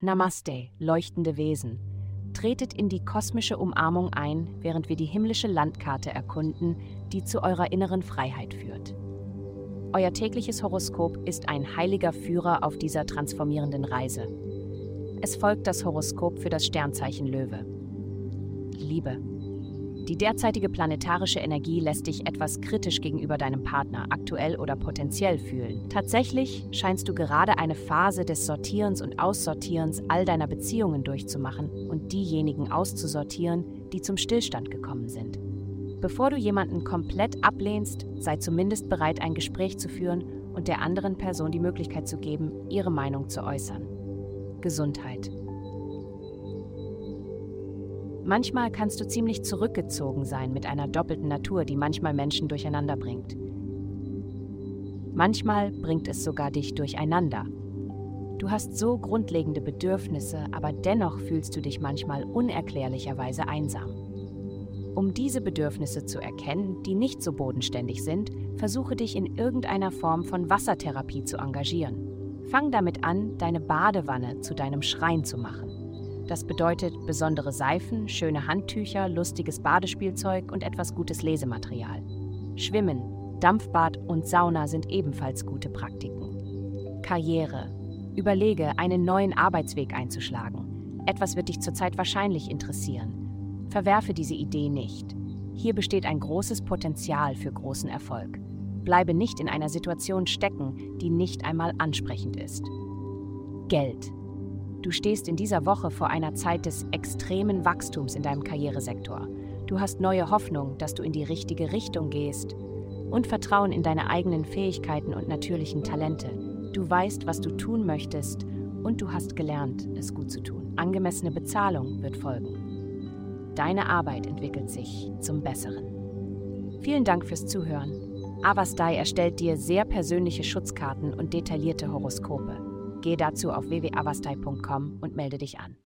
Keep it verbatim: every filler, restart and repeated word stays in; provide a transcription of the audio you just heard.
Namaste, leuchtende Wesen. Tretet in die kosmische Umarmung ein, während wir die himmlische Landkarte erkunden, die zu eurer inneren Freiheit führt. Euer tägliches Horoskop ist ein heiliger Führer auf dieser transformierenden Reise. Es folgt das Horoskop für das Sternzeichen Löwe. Liebe. Die derzeitige planetarische Energie lässt dich etwas kritisch gegenüber deinem Partner, aktuell oder potenziell fühlen. Tatsächlich scheinst du gerade eine Phase des Sortierens und Aussortierens all deiner Beziehungen durchzumachen und diejenigen auszusortieren, die zum Stillstand gekommen sind. Bevor du jemanden komplett ablehnst, sei zumindest bereit, ein Gespräch zu führen und der anderen Person die Möglichkeit zu geben, ihre Meinung zu äußern. Gesundheit. Manchmal kannst du ziemlich zurückgezogen sein mit einer doppelten Natur, die manchmal Menschen durcheinander bringt. Manchmal bringt es sogar dich durcheinander. Du hast so grundlegende Bedürfnisse, aber dennoch fühlst du dich manchmal unerklärlicherweise einsam. Um diese Bedürfnisse zu erkennen, die nicht so bodenständig sind, versuche dich in irgendeiner Form von Wassertherapie zu engagieren. Fang damit an, deine Badewanne zu deinem Schrein zu machen. Das bedeutet besondere Seifen, schöne Handtücher, lustiges Badespielzeug und etwas gutes Lesematerial. Schwimmen, Dampfbad und Sauna sind ebenfalls gute Praktiken. Karriere. Überlege, einen neuen Arbeitsweg einzuschlagen. Etwas wird dich zurzeit wahrscheinlich interessieren. Verwerfe diese Idee nicht. Hier besteht ein großes Potenzial für großen Erfolg. Bleibe nicht in einer Situation stecken, die nicht einmal ansprechend ist. Geld. Du stehst in dieser Woche vor einer Zeit des extremen Wachstums in deinem Karrieresektor. Du hast neue Hoffnung, dass du in die richtige Richtung gehst und Vertrauen in deine eigenen Fähigkeiten und natürlichen Talente. Du weißt, was du tun möchtest und du hast gelernt, es gut zu tun. Angemessene Bezahlung wird folgen. Deine Arbeit entwickelt sich zum Besseren. Vielen Dank fürs Zuhören. Avastai erstellt dir sehr persönliche Schutzkarten und detaillierte Horoskope. Geh dazu auf w w w punkt avastai punkt com und melde dich an.